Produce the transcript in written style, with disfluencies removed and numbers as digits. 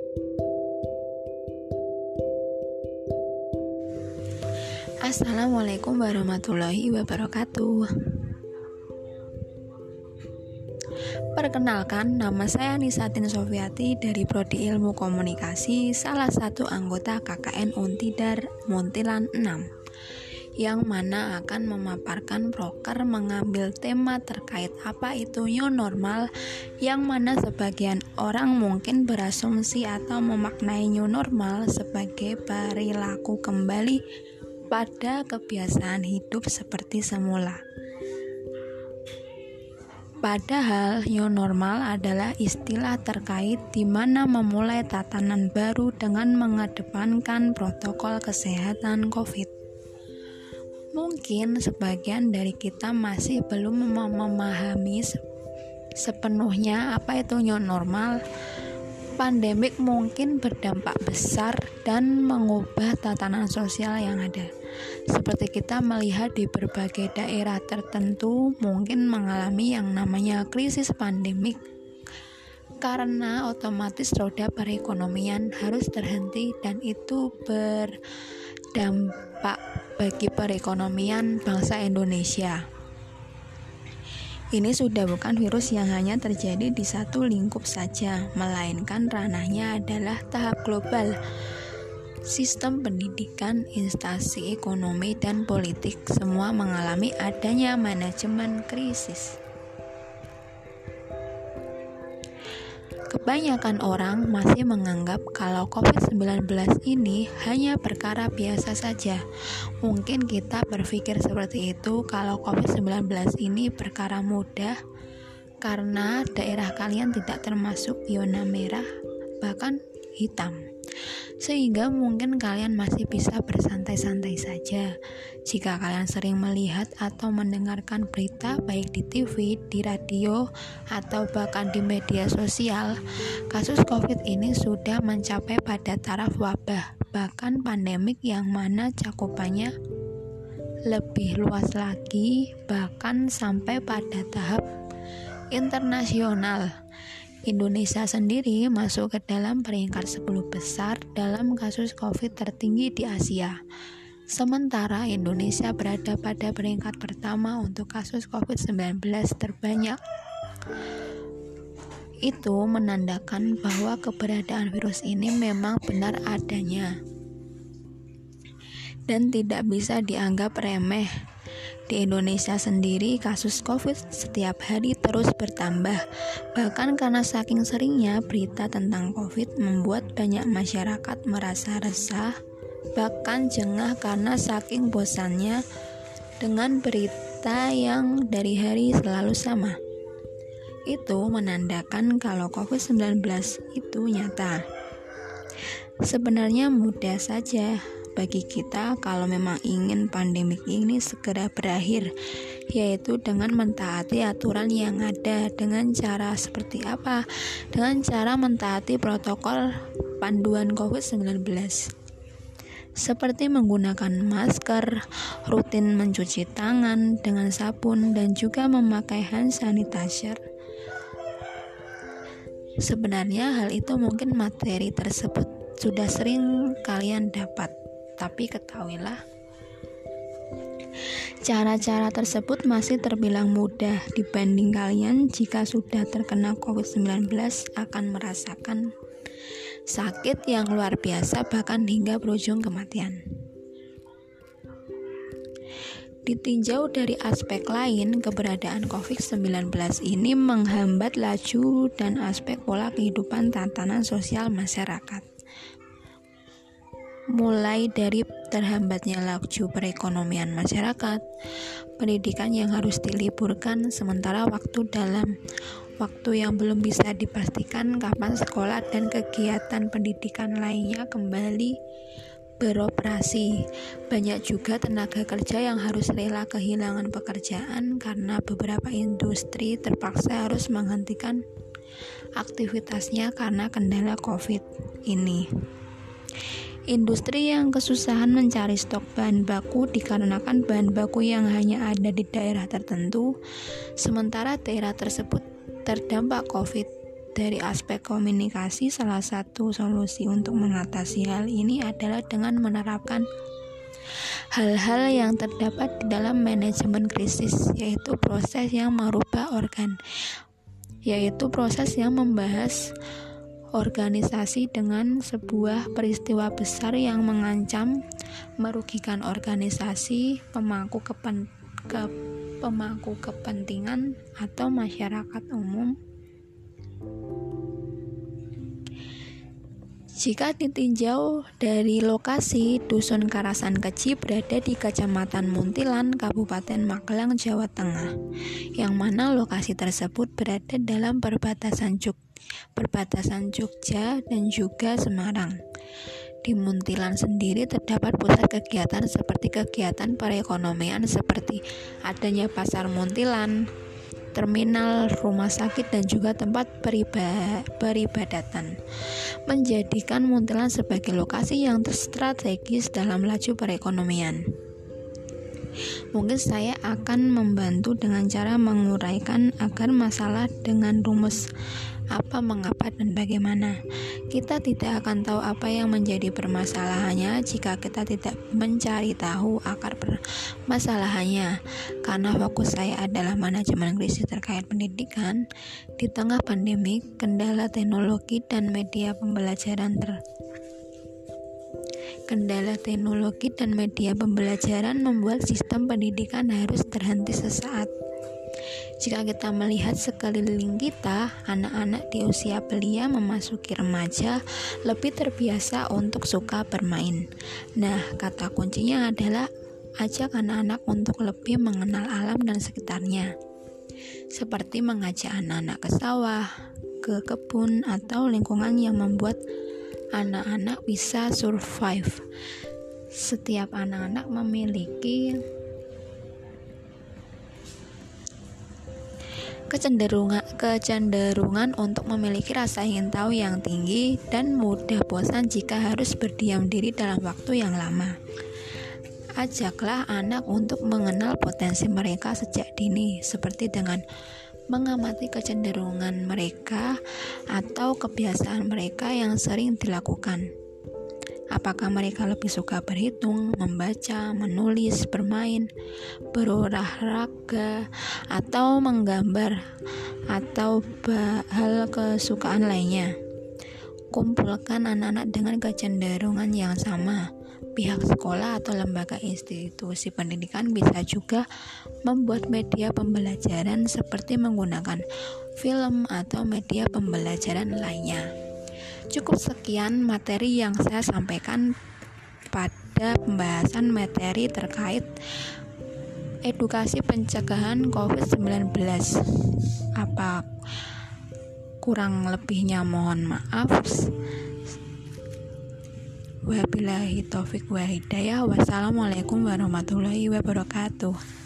Assalamualaikum warahmatullahi wabarakatuh. Perkenalkan, nama saya Nisatin Sofiati dari Prodi Ilmu Komunikasi, salah satu anggota KKN Untidar Muntilan 6, yang mana akan memaparkan proker mengambil tema terkait apa itu new normal, yang mana sebagian orang mungkin berasumsi atau memaknai new normal sebagai perilaku kembali pada kebiasaan hidup seperti semula. Padahal new normal adalah istilah terkait di mana memulai tatanan baru dengan mengedepankan protokol kesehatan COVID. Mungkin sebagian dari kita masih belum memahami sepenuhnya apa itu new normal. Pandemik mungkin berdampak besar dan mengubah tatanan sosial yang ada. Seperti kita melihat di berbagai daerah tertentu mungkin mengalami yang namanya krisis pandemik, karena otomatis roda perekonomian harus terhenti dan itu berdampak bagi perekonomian bangsa Indonesia. Ini sudah bukan virus yang hanya terjadi di satu lingkup saja, melainkan ranahnya adalah tahap global. Sistem pendidikan, instansi ekonomi, dan politik semua mengalami adanya manajemen krisis. Kebanyakan orang masih menganggap kalau COVID-19 ini hanya perkara biasa saja. Mungkin kita berpikir seperti itu kalau COVID-19 ini perkara mudah karena daerah kalian tidak termasuk zona merah, bahkan hitam. Sehingga mungkin kalian masih bisa bersantai-santai saja. Jika kalian sering melihat atau mendengarkan berita baik di TV, di radio, atau bahkan di media sosial, kasus COVID ini sudah mencapai pada taraf wabah, bahkan pandemik yang mana cakupannya lebih luas lagi, bahkan sampai pada tahap internasional. Indonesia sendiri masuk ke dalam peringkat 10 besar dalam kasus COVID tertinggi di Asia. Sementara Indonesia berada pada peringkat pertama untuk kasus COVID-19 terbanyak. Itu menandakan bahwa keberadaan virus ini memang benar adanya dan tidak bisa dianggap remeh. Di Indonesia sendiri kasus COVID setiap hari terus bertambah. Bahkan karena saking seringnya berita tentang COVID membuat banyak masyarakat merasa resah, bahkan jengah karena saking bosannya dengan berita yang dari hari selalu sama. Itu menandakan kalau COVID-19 itu nyata. Sebenarnya mudah saja bagi kita kalau memang ingin pandemik ini segera berakhir, yaitu dengan mentaati aturan yang ada. Dengan cara seperti apa? Dengan cara mentaati protokol panduan COVID-19 seperti menggunakan masker, rutin mencuci tangan dengan sabun, dan juga memakai hand sanitizer. Sebenarnya hal itu mungkin materi tersebut sudah sering kalian dapat, tapi ketahuilah, cara-cara tersebut masih terbilang mudah dibanding kalian jika sudah terkena COVID-19 akan merasakan sakit yang luar biasa bahkan hingga berujung kematian. Ditinjau dari aspek lain, keberadaan COVID-19 ini menghambat laju dan aspek pola kehidupan tatanan sosial masyarakat. Mulai dari terhambatnya laju perekonomian masyarakat, pendidikan yang harus diliburkan sementara waktu yang belum bisa dipastikan kapan sekolah dan kegiatan pendidikan lainnya kembali beroperasi. Banyak juga tenaga kerja yang harus rela kehilangan pekerjaan karena beberapa industri terpaksa harus menghentikan aktivitasnya karena kendala COVID ini. Industri yang kesusahan mencari stok bahan baku dikarenakan bahan baku yang hanya ada di daerah tertentu, sementara daerah tersebut terdampak COVID. Dari aspek komunikasi, salah satu solusi untuk mengatasi hal ini adalah dengan menerapkan hal-hal yang terdapat di dalam manajemen krisis, yaitu proses yang membahas organisasi dengan sebuah peristiwa besar yang mengancam merugikan organisasi, pemangku kepentingan atau masyarakat umum. Jika ditinjau dari lokasi, Dusun Karasan Keci berada di Kecamatan Muntilan, Kabupaten Magelang, Jawa Tengah, yang mana lokasi tersebut berada dalam perbatasan Jogja dan juga Semarang. Di Muntilan sendiri terdapat pusat kegiatan seperti kegiatan perekonomian seperti adanya pasar Muntilan, terminal, rumah sakit, dan juga tempat peribadatan, menjadikan Muntilan sebagai lokasi yang strategis dalam laju perekonomian. Mungkin saya akan membantu dengan cara menguraikan agar masalah dengan rumus apa, mengapa, dan bagaimana. Kita tidak akan tahu apa yang menjadi permasalahannya jika kita tidak mencari tahu akar permasalahannya. Karena fokus saya adalah manajemen krisis terkait pendidikan di tengah pandemi, kendala teknologi dan media pembelajaran membuat sistem pendidikan harus terhenti sesaat. Jika kita melihat sekeliling kita, anak-anak di usia belia memasuki remaja lebih terbiasa untuk suka bermain. Nah, kata kuncinya adalah ajak anak-anak untuk lebih mengenal alam dan sekitarnya, seperti mengajak anak-anak ke sawah, ke kebun, atau lingkungan yang membuat anak-anak bisa survive. Setiap anak-anak memiliki kecenderungan untuk memiliki rasa ingin tahu yang tinggi dan mudah bosan jika harus berdiam diri dalam waktu yang lama. Ajaklah anak untuk mengenal potensi mereka sejak dini, seperti dengan mengamati kecenderungan mereka atau kebiasaan mereka yang sering dilakukan. Apakah mereka lebih suka berhitung, membaca, menulis, bermain, berolahraga, atau menggambar, atau hal kesukaan lainnya? Kumpulkan anak-anak dengan kecenderungan yang sama. Pihak sekolah atau lembaga institusi pendidikan bisa juga membuat media pembelajaran seperti menggunakan film atau media pembelajaran lainnya. Cukup sekian materi yang saya sampaikan pada pembahasan materi terkait edukasi pencegahan COVID-19. Apa kurang lebihnya mohon maaf. Wabillahi taufiq wa hidayah. Wassalamualaikum warahmatullahi wabarakatuh.